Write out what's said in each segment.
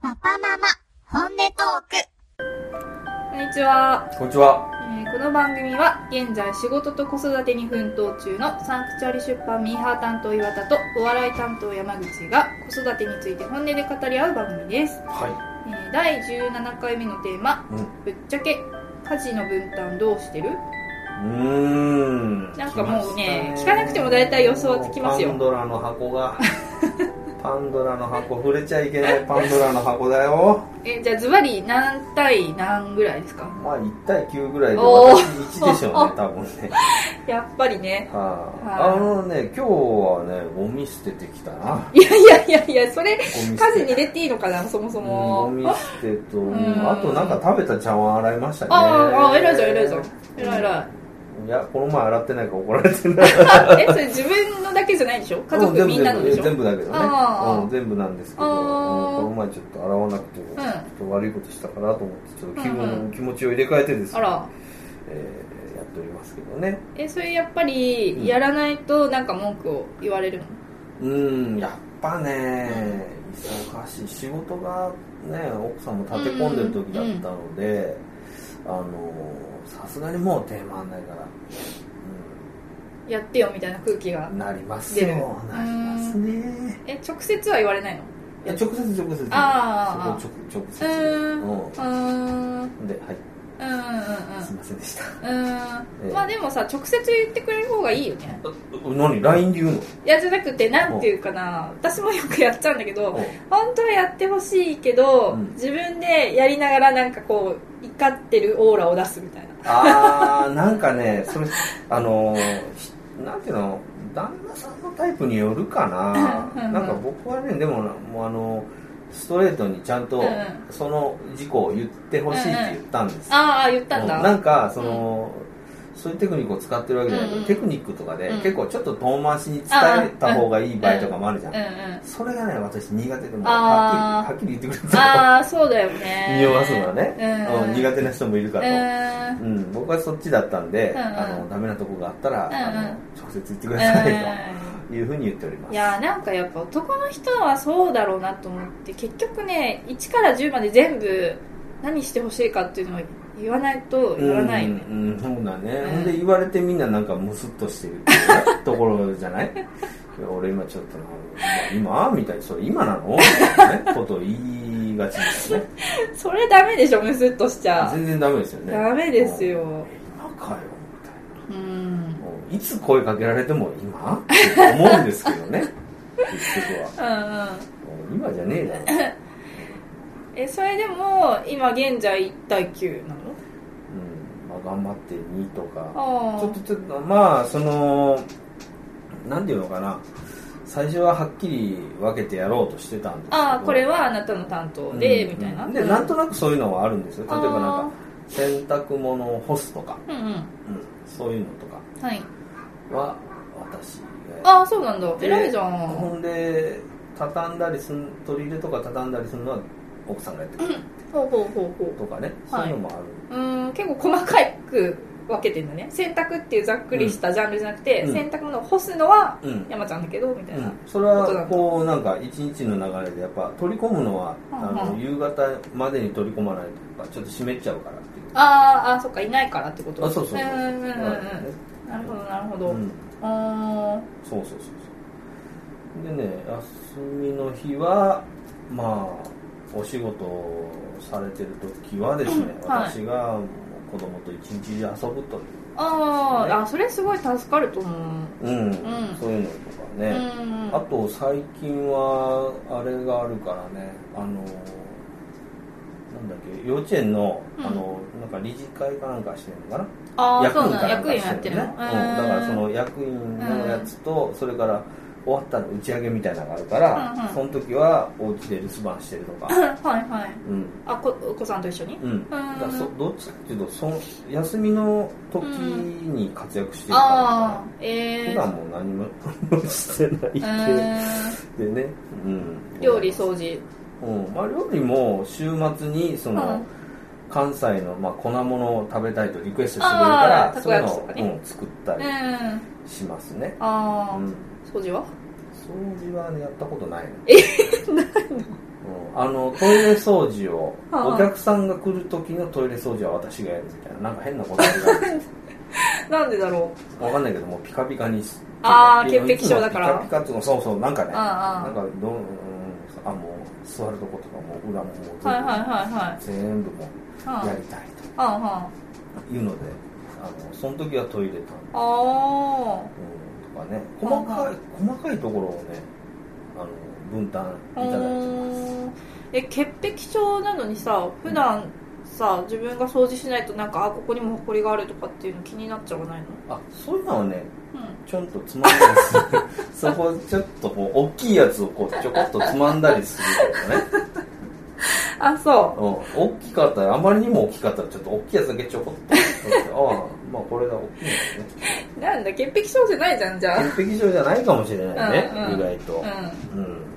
パパママ本音トーク。 こんにちは。 こんにちは。 この番組は現在仕事と子育てに奮闘中のサンクチュアリ出版ミーハー担当岩田とお笑い担当山口が子育てについて本音で語り合う番組です。 は第17回目のテーマ、ぶっちゃけ家事の分担どうしてる？なんかもうね、聞かなくても大体予想はつきますよ。 パンドラの箱がパンドラの箱、触れちゃいけないパンドラの箱だよ。 じゃあズバリ何対何ぐらいですか？ まあ1対9ぐらいで私1でしょうね、多分ね。 やっぱりね。 今日はね、ゴミ捨ててきたな。 いや、それ家事に入れていいのかな、そもそも。 ゴミ捨てと、あとなんか食べた茶碗洗いましたね。 偉いじゃん。偉い。 いや、この前洗ってないから怒られてない。 それ自分のだけじゃないでしょ？家族みんなのでしょ？ 全部だけどね。全部なんですけど、この前ちょっと洗わなくても、ちょっと悪いことしたかなと思って、ちょっと気持ちを入れ替えてですね、やっておりますけどね。 それやっぱりやらないとなんか文句を言われるの？ やっぱね、忙しい。仕事がね、奥さんも立て込んでる時だったので、さすがにもう手回んないから、 やってよみたいな空気がなりますよ。なりますね。 直接は言われないの？ いや、直接。 直接。で、はい。すいませんでした。 まあでもさ、直接言ってくれる方がいいよね。 何？ LINE で言うの？いや、じゃなくて、なんていうかな、私もよくやっちゃうんだけど、本当はやってほしいけど、自分でやりながらなんかこう怒ってるオーラを出すみたいな。 なんかね、それなんていうの、旦那さんのタイプによるかな。なんか僕はね、でももうストレートにちゃんとその事項を言ってほしいって言ったんです。 言ったんだ。 なんかそういうテクニックを使ってるわけじゃないけど、テクニックとかで結構ちょっと遠回しに伝えた方がいい場合とかもあるじゃん。それがね、私苦手でもはっきり言ってくれた。 そうだよね。 匂わすのはね、苦手な人もいるかと。僕はそっちだったんで、ダメなとこがあったら直接言ってくださいというふうに言っております。 いや、なんかやっぱ男の人はそうだろうなと思って、結局ね、1から10まで全部何してほしいかっていうのを言わないとやらないよね。 そうだね。ほんで言われてみんななんかムスッとしてるっていうところじゃない？俺今ちょっと今みたいに、それ今なのみたいなことを言いがちですよね。それダメでしょ、ムスッとしちゃ。 全然ダメですよね。 ダメですよ。 今かよみたいな。いつ声かけられても今って思うんですけどね。結局は。今じゃねえだろ。 それでも今現在1対9なの？ 頑張って2とかちょっとまあなんていうのかな、最初ははっきり分けてやろうとしてたんですけど、 これはあなたの担当で、みたいな。 でなんとなくそういうのはあるんですよ。例えばなんか洗濯物を干すとか、そういうのとかは私がそうなんだ。偉いじゃん。 ほんで畳んだり取り入れとか畳んだりするのは奥さんがやってくれるとかね、そういうのもある。 結構細かく分けてるんだね。洗濯っていうざっくりしたジャンルじゃなくて、洗濯物を干すのは山ちゃんだけどみたいな。 それはこうなんか一日の流れでやっぱ取り込むのは夕方までに取り込まないとかちょっと湿っちゃうからっていう。 そっか、いないからってこと。 そう。 なるほど。 そう。でね、休みの日はまあお仕事をされてる時はですね、私が子供と一日中遊ぶという。 それすごい助かると思う。 そういうのとかね。あと最近はあれがあるからね、なんだっけ、幼稚園のなんか理事会かなんかしてるのかな。 役員やってるの。 だからその役員のやつと、それから終わったら打ち上げみたいなのがあるから、その時はお家で留守番してるとか。お子さんと一緒に。 どっちかっていうと休みの時に活躍してるから、普段も何もしてないでね。 料理掃除。 料理も週末に関西の粉物を食べたいとリクエストしてくれるから、そういうのを作ったりしますね。 掃除はね、やったことないの。 ないの？ トイレ掃除をはあお客さんが来る時のトイレ掃除は私がやるみたいな、なんか変なことあるなんでだろう。 わかんないけどもピカピカに潔癖症だからピカピカっていうのそうなんかね、 ああなんかもう座るとことかも裏ももうはいはいはいはい。 全部もうやりたいはというので、その時はトイレあはとかね、細かいところをね分担いただいてます。 潔癖症なのにさ、普段さ、自分が掃除しないとなんかここにも埃があるとかっていうの気になっちゃわないの？ そういうのはね、 うん、 ちょんとつまんだりするそこちょっとこう大きいやつをこうちょこっとつまんだりするけどねそ大きかったら、あまりにも大きかったらちょっと大きいやつだけちょこっとまあこれが大きいんですね。 なんだ、潔癖症じゃないじゃん、じゃあ。 潔癖症じゃないかもしれないね、 うんうん、 意外と。 そうなんです。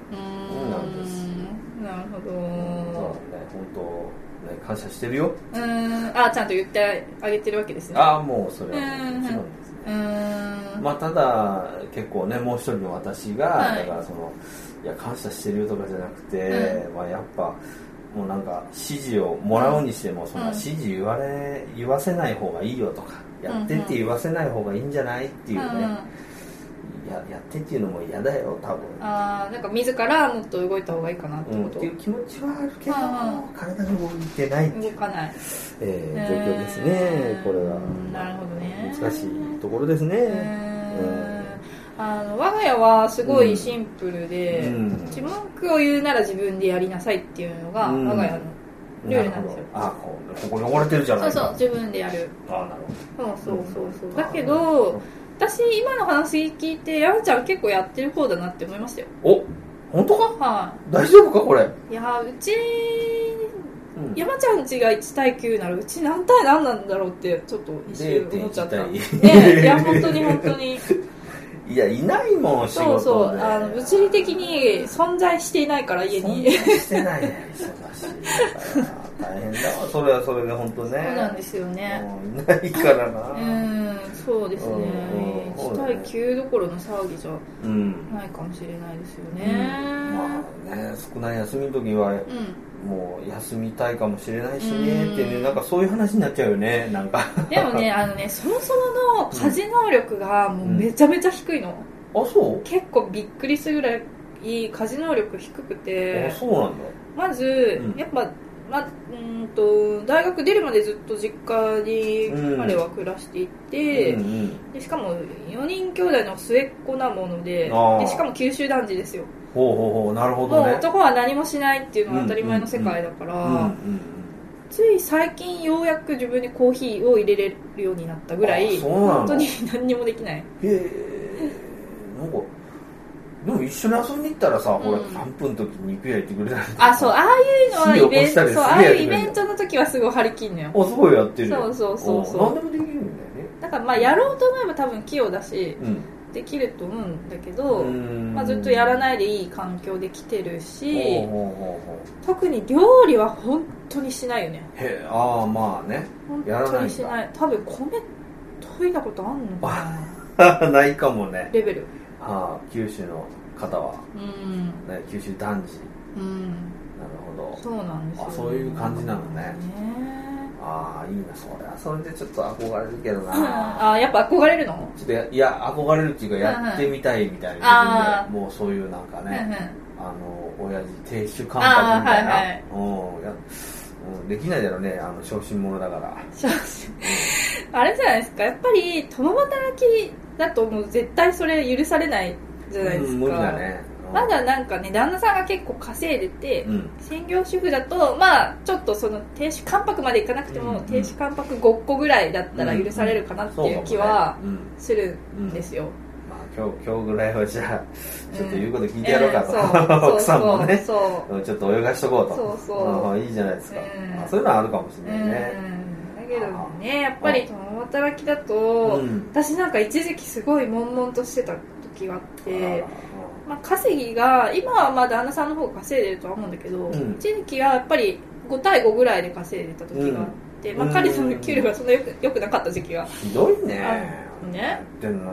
なるほど。 そうだね、本当ね、感謝してるよ。 ちゃんと言ってあげてるわけですね。 もうそれはもちろんですね。まあただ結構ね、もう一人の私が、だからいや感謝してるよとかじゃなくて、まあやっぱもうなんか指示をもらうにしても、そんな指示言わせない方がいいよとか、やってって言わせない方がいいんじゃないっていうね、やってっていうのも嫌だよ多分。 なんか自らもっと動いた方がいいかなってこと、 っていう気持ちはあるけど、体が動いてないっていう動かない、 状況ですね。これはなるほどね、 難しいところですね。 我が家はすごいシンプルで、文句を言うなら自分でやりなさいっていうのが我が家のルールなんですよ。 ここ汚れてるじゃないか。 そう自分でやる。 なるほど。 そうだけど私今の話聞いて山ちゃん結構やってる方だなって思いましたよ。 本当か？ はい。 大丈夫かこれ？ いや、うち山ちゃん家が1対9ならうち何対何なんだろうってちょっと一瞬思っちゃった。いや本当にいや、いないもん、仕事で。 物理的に存在していないから、家に。 存在してないね、忙しいから。大変だわ、それはそれで、本当ね。 そうなんですよね。 いないからな。 そうですね。1対9どころの騒ぎじゃないかもしれないですよね。 まあね、少ない休みの時は、もう休みたいかもしれないしねってね、なんかそういう話になっちゃうよね、なんか。 でもね、そもそもの家事能力がもうめちゃめちゃ低いの。 そう？ 結構びっくりするぐらい家事能力低くて。 そうなんだ。 まず、やっぱ、大学出るまでずっと実家に彼は暮らしていて、でしかも4人兄弟の末っ子なもので、しかも九州男児ですよ。 なるほどね。 もう男は何もしないっていうのが当たり前の世界だから、つい最近ようやく自分でコーヒーを入れれるようになったぐらい、本当に何にもできない。 なんかでも一緒に遊びに行ったらさ、ほら3分の時に肉焼いてくれたりとか、 そう、ああいうのはイベント、そう、ああいうイベントの時はすごい張り切んのよ。 すごいやってるよ。 そう何でもできるんだよね。 だからやろうと思えば多分器用だし、できると思うんだけど、ずっとやらないでいい環境で来てるし、特に料理は本当にしないよね。 まあね、やらないんだ。本当にしない。 多分米研いだことあんのかなないかもね。 レベル。 九州の方は、九州男児。なるほど。 そうなんですよ。 そういう感じなのね。いいな、それでちょっと憧れるけどな。 やっぱ憧れるの？ ちょっといや憧れるっていうか、やってみたいみたいな自分で、もうそういうなんかね、親父亭主関白みたいな、できないだろうね、小心者だから。 あれじゃないですか、やっぱり共働きだともう絶対それ許されないじゃないですか。 無理だね。 まだなんかね、旦那さんが結構稼いでて、専業主婦だとちょっっとその停止関白までいかなくても、停止関白5個ぐらいだったら許されるかなっていう気はするんですよ。 今日ぐらいはじゃあちょっと言うこと聞いてやろうかと、奥さんもねちょっと泳がしとこうと。いいじゃないですか。そういうのはあるかもしれないね。 だけどね、やっぱり共働きだと、私なんか一時期すごい悶々としてた時があって、稼ぎが今は旦那さんの方が稼いでるとは思うんだけど、一時期はやっぱり5対5ぐらいで稼いでた時があって、彼の給料がそんな良くなかった時期が。 ひどいね。 ね。 やってんのにね。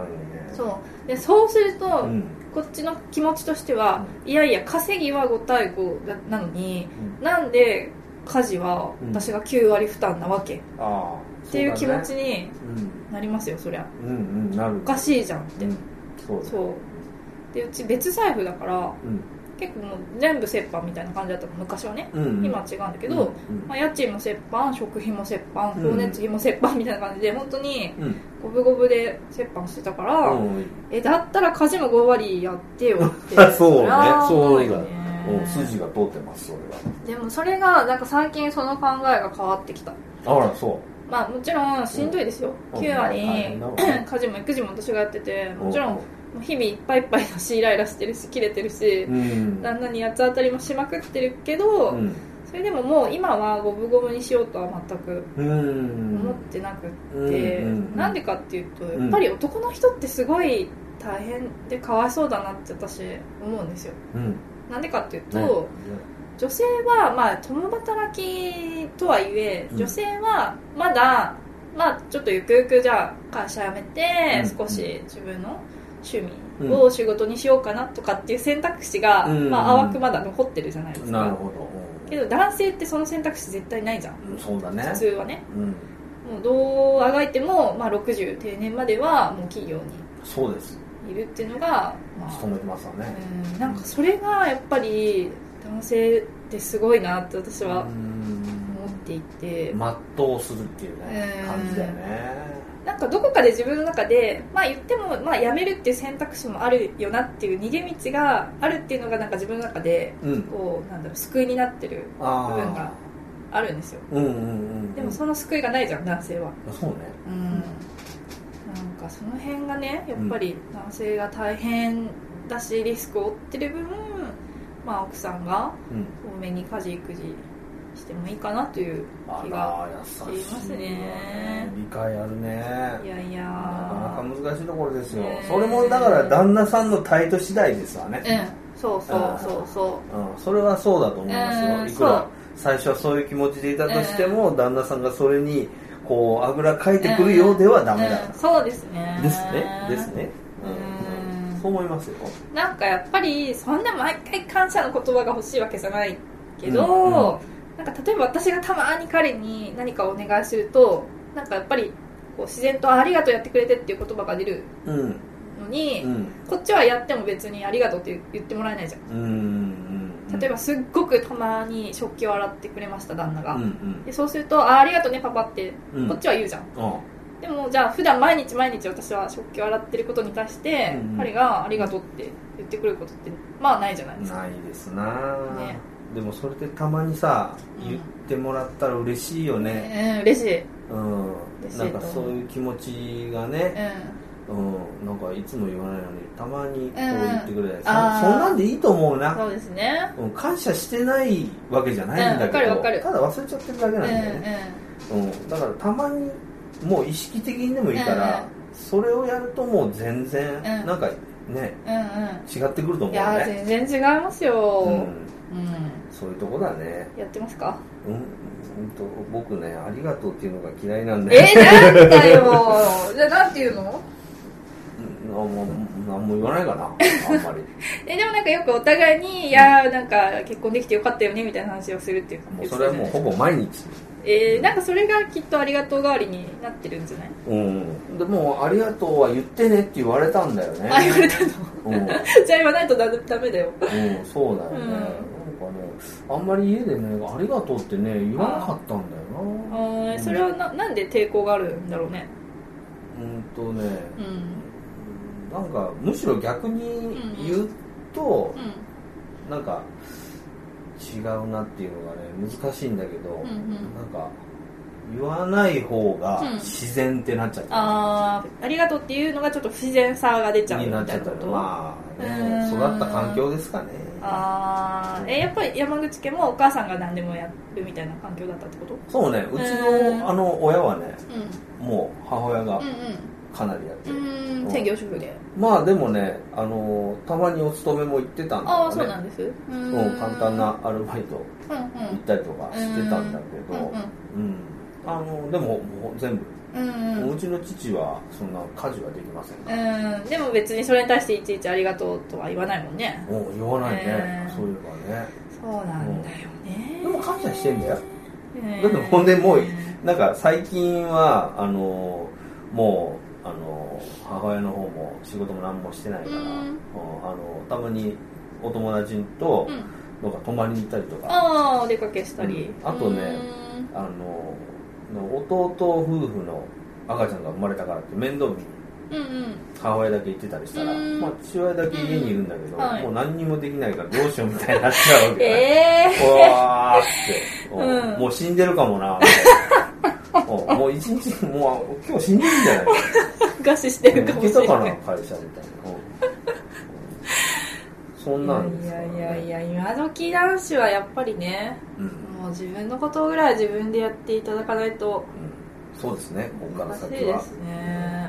そうで、そうすると、こっちの気持ちとしては、いやいや稼ぎは5対5なのに、なんで家事は私が9割負担なわけ、っていう気持ちになりますよ、そりゃ。 なる。 おかしいじゃんって。そうで、うち別財布だから、結構もう全部折半みたいな感じだったの昔はね、今は違うんだけど、家賃も折半、食費も折半、光熱費も折半みたいな感じで本当に五分五分で折半してたから、だったら家事も5割やってよってそうね、そうだね、筋が通ってます。それはでもそれがなんか最近その考えが変わってきた。 そうまあもちろんしんどいですよ、9割家事も育児も私がやってて、もちろん日々いっぱいいっぱいだし、イライラしてるしキレてるし、旦那に八つ当たりもしまくってるけど、それでももう今は五分五分にしようとは全く思ってなくって、なんでかっていうと、やっぱり男の人ってすごい大変でかわいそうだなって私思うんですよ。なんでかっていうと、女性はまあ共働きとはいえ、女性はまだまあちょっとゆくゆくじゃあ会社辞めて少し自分の趣味を仕事にしようかなとかっていう選択肢が、まあ淡くまだ残ってるじゃないですか。 なるほど。 けど男性ってその選択肢絶対ないじゃん。 そうだね。 普通はね。もうどうあがいても、まあ、60定年まではもう企業にそうですいるっていうのが、まあ、 勤めてますよね。 なんかそれがやっぱり男性ってすごいなって私は思っていて、 全うするっていうね、感じだよね。 なんかどこかで自分の中で、まあ言っても、まあ辞めるっていう選択肢もあるよなっていう逃げ道があるっていうのがなんか自分の中で、こうなんだろう、救いになってる部分があるんですよ。でもその救いがないじゃん、男性は。 そうね。 なんかその辺がね、やっぱり男性が大変だしリスクを負ってる分、まあ奥さんが多めに家事育児してもいいかなという気がしていますね。 理解あるね。 いやいや、 なかなか難しいところですよ。それもだから旦那さんの態度次第ですわね。 そう。 それはそうだと思いますよ。いくら最初はそういう気持ちでいたとしても、旦那さんがそれにこうあぐらかいてくるようではダメだ。 そうですね。 ですね。そう思いますよ。 なんかやっぱりそんな毎回感謝の言葉が欲しいわけじゃないけど、なんか例えば私がたまに彼に何かお願いすると、なんかやっぱりこう自然とありがとうやってくれてっていう言葉が出るのに、こっちはやっても別にありがとうって言ってもらえないじゃん。例えばすっごくたまに食器を洗ってくれました旦那が、でそうするとありがとうねパパってこっちは言うじゃん。でもじゃあ普段毎日私は食器を洗ってることに対して彼がありがとうって言ってくることってまあないじゃないですか。 ないですな、ね。でもそれでたまにさ、言ってもらったら嬉しいよね。 嬉しい。 なんかそういう気持ちがね、なんかいつも言わないのにたまにこう言ってくれたり、そんなんでいいと思うな。 そうですね。 感謝してないわけじゃないんだけど、ただ忘れちゃってるだけなんだよね。だからたまにもう意識的にでもいいから、それをやるともう全然なんかね、違ってくると思うね。いや全然違いますよ。 そういうとこだね。 やってますか？ 僕ね、ありがとうっていうのが嫌いなんで。 なんだよ。じゃあなんて言うの？ 何も言わないかな、あんまり。 でもなんかよくお互いに、いやなんか結婚できてよかったよねみたいな話をするっていうか。 もうそれはもうほぼ毎日。 なんかそれがきっとありがとう代わりになってるんじゃない？ でもありがとうは言ってねって言われたんだよね。 言われたの？じゃあ言わないとダメだよ。 そうだよね。あんまり家でね、ありがとうってね、言わなかったんだよな。 それはなんで抵抗があるんだろうね。 なんかむしろ逆に言うと、なんか違うなっていうのがね、難しいんだけど、なんか言わない方が自然ってなっちゃって、 ありがとうっていうのがちょっと不自然さが出ちゃうみたいなこと。 まあね、育った環境ですかね。 やっぱり山口家もお母さんが何でもやるみたいな環境だったってこと？ そうね、うちの親はね、もう母親がかなりやってる。 専業主婦で。 まあでもね、たまにお勤めも行ってたんだよね。 そうなんです。 簡単なアルバイト行ったりとかしてたんだけど、 でももう全部、 うんうちの父はそんな家事はできません。 でも別にそれに対していちいちありがとうとは言わないもんね。 もう言わないね、そういえばね。 そうなんだよね。 でも感謝してんだよ。だってほんでもうなんか最近はもう母親の方も仕事も何もしてないから、たまにお友達となんか泊まりに行ったりとか、 お出かけしたり、 あとね弟夫婦の赤ちゃんが生まれたからって面倒見に母親だけ行ってたりしたら、まあ、父親だけ家にいるんだけど、もう何にもできないからどうしようみたいになっちゃうわけね。うわーって、もう死んでるかもなみたいな。もう一日もう今日死んでるんじゃない餓死してるかもしれない。 行けたかな会社みたいな。そんなんですよ。いや今時男子はやっぱりね、もう自分のことぐらい自分でやっていただかないと、 そうですね、ここから先は。 難しいですね。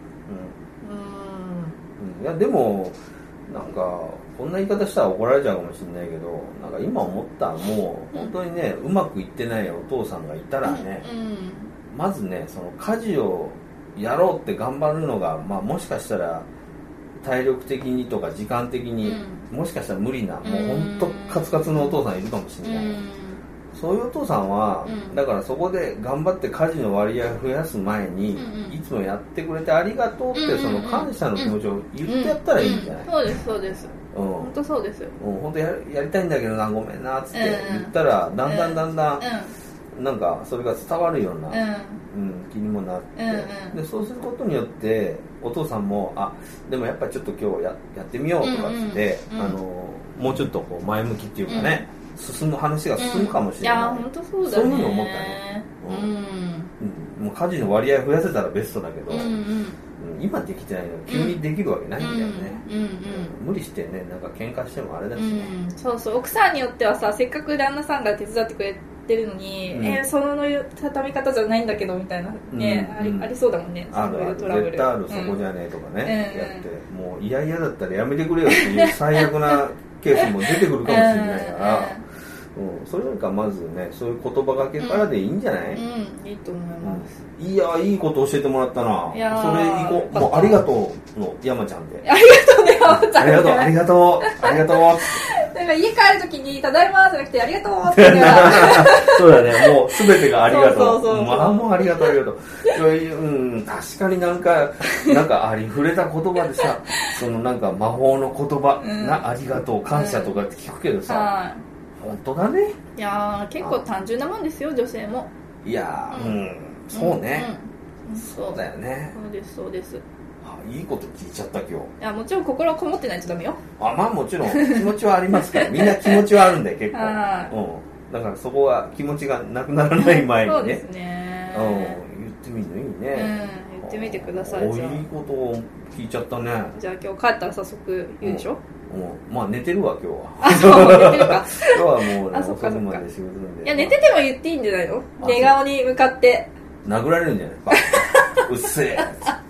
いやでもなんかこんな言い方したら怒られちゃうかもしれないけど、なんか今思ったらもう本当にね、うまくいってないお父さんがいたらね、まずね、その家事をやろうって頑張るのが、まあ、もしかしたら体力的にとか時間的に、もしかしたら無理な、もう本当カツカツのお父さんいるかもしれない。そういうお父さんは、だからそこで頑張って家事の割合を増やす前に、いつもやってくれてありがとうって、その感謝の気持ちを言ってやったらいいんじゃない？ そうですそうです。本当そうですよ。 本当やりたいんだけどな、ごめんなっつって言ったら、だんだんなんかそれが伝わるような、気にもなって、でそうすることによってお父さんもでもやっぱりちょっと今日やってみようとかっつって、もうちょっとこう前向きっていうかね、話が進むかもしれない。 いや本当そうだね。 そういうふうに思ったね。もう家事の割合増やせたらベストだけど、今できてないのに急にできるわけないんだよね。無理してね、なんか喧嘩してもあれだしね。 そうそう、奥さんによってはさ、せっかく旦那さんが手伝ってくれてるのに、その畳み方じゃないんだけどみたいなね、ありそうだもんね。 そういうトラブル。絶対ある、そこじゃねえとかね、やってもう嫌だったらやめてくれよっていう最悪なケースも出てくるかもしれないから。それよりかまずね、そういう言葉がけからでいいんじゃない？ いいと思います。 いや、いいこと教えてもらったな。それ行こう。もうありがとうの山ちゃんで。 ありがとうね、山ちゃん。 ありがとう。 なんか家帰るときにただいまじゃなくてありがとうって言うから。 そうだね、もうすべてがありがとう。まあもうありがとうありがとう。確かになんかありふれた言葉でさ、そのなんか魔法の言葉な、ありがとう感謝とかって聞くけどさ。本当だね。 いや結構単純なもんですよ、女性も。 いやそうね、そうだよね。 そうです。 いいこと聞いちゃった今日。いやもちろん心こもってないとダメよ。 まあもちろん気持ちはありますからみんな気持ちはあるんだよ結構。だからそこは気持ちがなくならない前にね。 そうですね。 言ってみるのいいね。 言ってみてください。 いいことを聞いちゃったね。 じゃあ今日帰ったら早速言うでしょ。 まあ寝てるわ今日は。そう寝てるか。 今日はもう遅くまで仕事なんで。 いや寝てても言っていいんじゃないの？寝顔に向かって殴られるんじゃないうっせえ。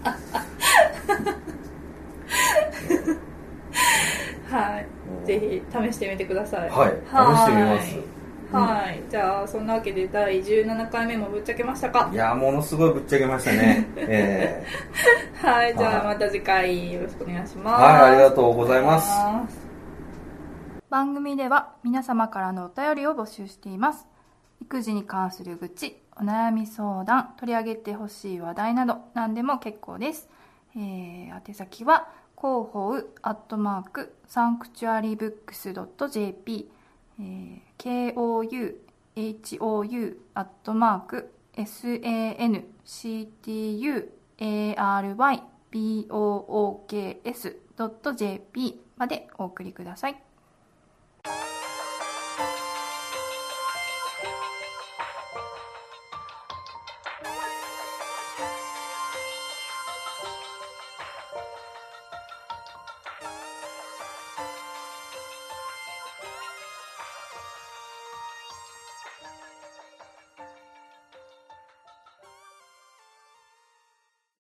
はい、ぜひ試してみてください。 はい、試してみます。 はい、じゃあそんなわけで第17回目もぶっちゃけましたか？ いやものすごいぶっちゃけましたね。 はい、じゃあまた次回よろしくお願いします。 はい、ありがとうございます。 番組では皆様からのお便りを募集しています。育児に関する愚痴、お悩み相談、取り上げてほしい話題など何でも結構です。宛先は広報@sanctuarybooks.jp KOUHOU@sanctuarybooks.jp までお送りください。